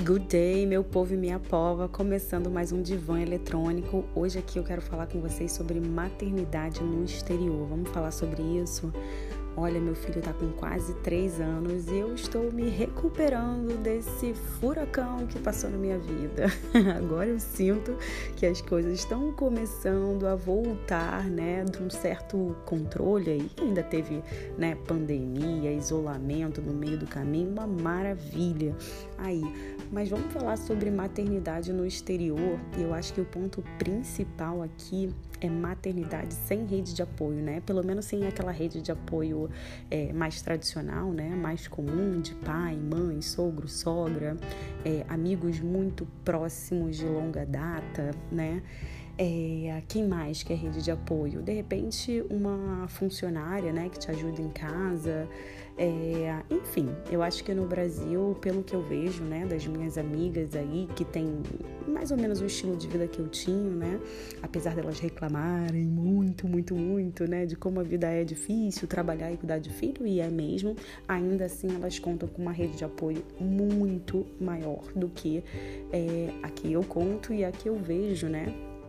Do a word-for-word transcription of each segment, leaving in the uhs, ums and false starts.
Good day, meu povo e minha pova, começando mais um divã eletrônico. Hoje aqui eu quero falar com vocês sobre maternidade no exterior. Vamos falar sobre isso? Olha, meu filho tá com quase três anos e eu estou me recuperando desse furacão que passou na minha vida. Agora eu sinto que as coisas estão começando a voltar, né, de um certo controle aí. Ainda teve, né, pandemia, isolamento no meio do caminho, uma maravilha aí. Mas vamos falar sobre maternidade no exterior. Eu acho que o ponto principal aqui é maternidade sem rede de apoio, né? Pelo menos sem aquela rede de apoio é, mais tradicional, né? Mais comum, de pai, mãe, sogro, sogra, é, amigos muito próximos de longa data, né? É, quem mais quer rede de apoio? De repente, uma funcionária, né, que te ajuda em casa. É, enfim, eu acho que no Brasil, pelo que eu vejo, né, das minhas amigas aí, que tem mais ou menos o estilo de vida que eu tinha, né, apesar delas reclamarem muito, muito, muito, né, de como a vida é difícil, trabalhar e cuidar de filho, e é mesmo, ainda assim elas contam com uma rede de apoio muito maior do que é, a que eu conto e a que eu vejo, né,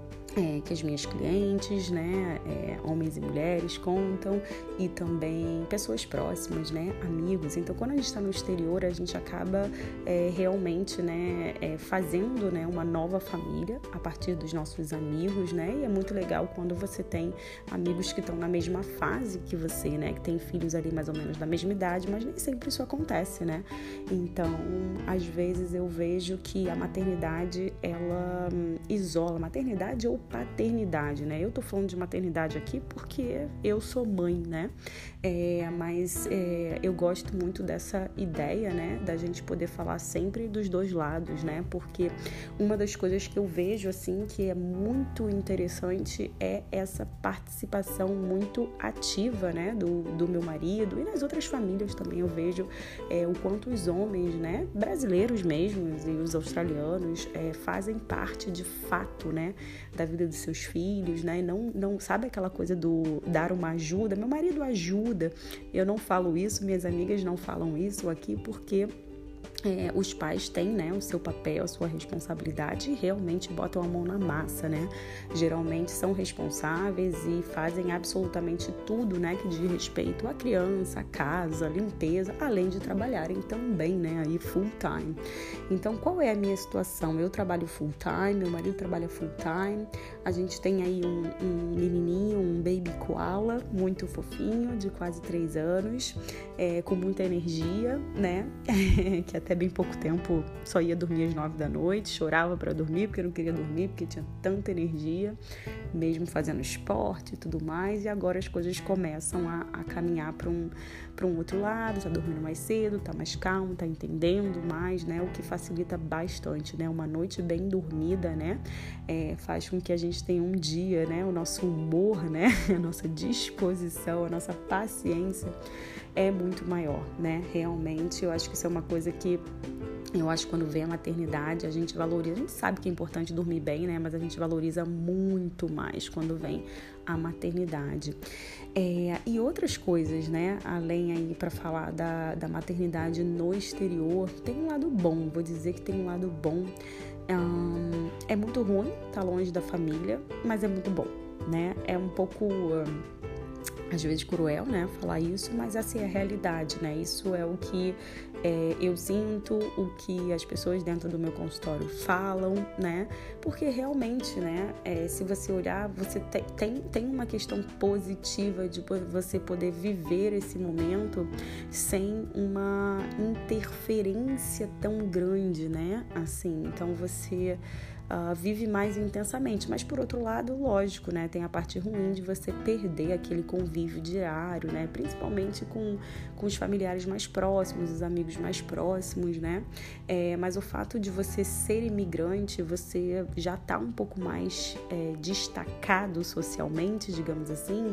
É, que as minhas clientes, né, é, homens e mulheres contam, e também pessoas próximas, né, amigos. Então, quando a gente está no exterior, a gente acaba é, realmente, né, é, fazendo, né, uma nova família a partir dos nossos amigos, né, e é muito legal quando você tem amigos que estão na mesma fase que você, né, que tem filhos ali mais ou menos da mesma idade, mas nem sempre isso acontece, né. Então, às vezes eu vejo que a maternidade, ela hum, isola, maternidade ou paternidade, né? Eu tô falando de maternidade aqui porque eu sou mãe, né? É, mas é, eu gosto muito dessa ideia, né? Da gente poder falar sempre dos dois lados, né? Porque uma das coisas que eu vejo, assim, que é muito interessante é essa participação muito ativa, né? Do, do meu marido e nas outras famílias também eu vejo é, o quanto os homens, né? Brasileiros mesmo e os australianos é, fazem parte de fato, né? Da vida dos seus filhos, né? Não, não sabe aquela coisa do dar uma ajuda? Meu marido ajuda. Eu não falo isso, minhas amigas não falam isso aqui porque É, os pais têm, né, o seu papel, a sua responsabilidade e realmente botam a mão na massa, né? Geralmente são responsáveis e fazem absolutamente tudo, né, que diz respeito à criança, à casa, à limpeza, além de trabalharem também, né, aí full time. Então, qual é a minha situação? Eu trabalho full time, meu marido trabalha full time, a gente tem aí um, um menininho, um baby koala, muito fofinho, de quase três anos, é, com muita energia, né? que até bem pouco tempo só ia dormir às nove da noite, chorava para dormir porque não queria dormir, porque tinha tanta energia, mesmo fazendo esporte e tudo mais, e agora as coisas começam a, a caminhar para um, para um outro lado, tá dormindo mais cedo, tá mais calmo, tá entendendo mais, né, o que facilita bastante, né, uma noite bem dormida, né, é, faz com que a gente tenha um dia, né, o nosso humor, né, a nossa disposição, a nossa paciência é muito maior, né, realmente, eu acho que isso é uma coisa que eu acho que quando vem a maternidade, a gente valoriza, a gente sabe que é importante dormir bem, né? Mas a gente valoriza muito mais quando vem a maternidade. É, e outras coisas, né? Além aí para falar da, da maternidade no exterior, tem um lado bom, vou dizer que tem um lado bom. Hum, é muito ruim estar longe da família, mas é muito bom, né? É um pouco... Hum, às vezes cruel, né, falar isso, mas essa é a realidade, né, isso é o que é, eu sinto, o que as pessoas dentro do meu consultório falam, né, porque realmente, né, é, se você olhar, você te, tem, tem uma questão positiva de você poder viver esse momento sem uma interferência tão grande, né, assim, então você... Uh, vive mais intensamente, mas por outro lado, lógico, né, tem a parte ruim de você perder aquele convívio diário, né, principalmente com, com os familiares mais próximos, os amigos mais próximos, né, é, mas o fato de você ser imigrante, você já tá um pouco mais é, destacado socialmente, digamos assim,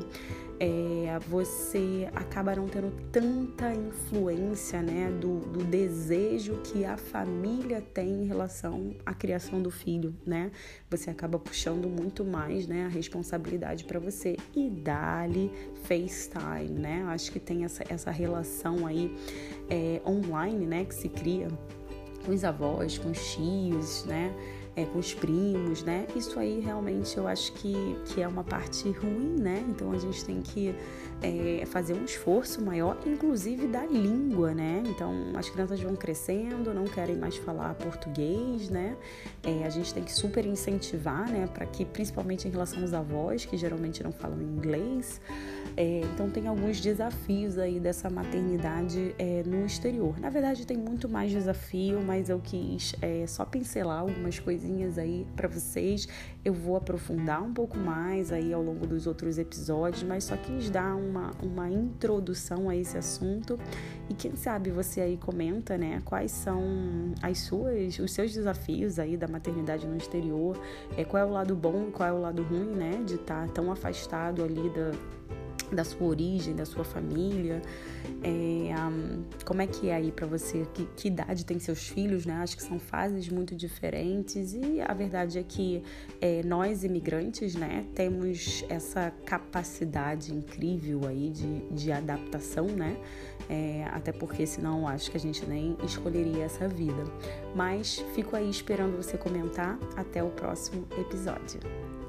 é, você acaba não tendo tanta influência, né, do, do desejo que a família tem em relação à criação do filho, né? Você acaba puxando muito mais, né, a responsabilidade para você. E dá-lhe FaceTime, né? Acho que tem essa, essa relação aí é, online, né, que se cria com os avós, com os tios, né? É, com os primos, né? Isso aí realmente eu acho que, que é uma parte ruim, né? Então a gente tem que é, fazer um esforço maior, inclusive da língua, né? Então as crianças vão crescendo, não querem mais falar português, né? É, a gente tem que super incentivar, né? Para que, principalmente em relação aos avós, que geralmente não falam inglês. É, então tem alguns desafios aí dessa maternidade é, no exterior. Na verdade tem muito mais desafio, mas eu quis é, só pincelar algumas coisinhas aí para vocês. Eu vou aprofundar um pouco mais aí ao longo dos outros episódios, mas só quis dar uma, uma introdução a esse assunto. E quem sabe você aí comenta, né, quais são as suas, os seus desafios aí da maternidade no exterior, é, qual é o lado bom e qual é o lado ruim, né, de estar tão afastado ali da da sua origem, da sua família, é, um, como é que é aí pra você, que, que idade tem seus filhos, né? Acho que são fases muito diferentes e a verdade é que é, nós imigrantes, né, temos essa capacidade incrível aí de, de adaptação, né? É, até porque senão acho que a gente nem escolheria essa vida. Mas fico aí esperando você comentar. Até o próximo episódio.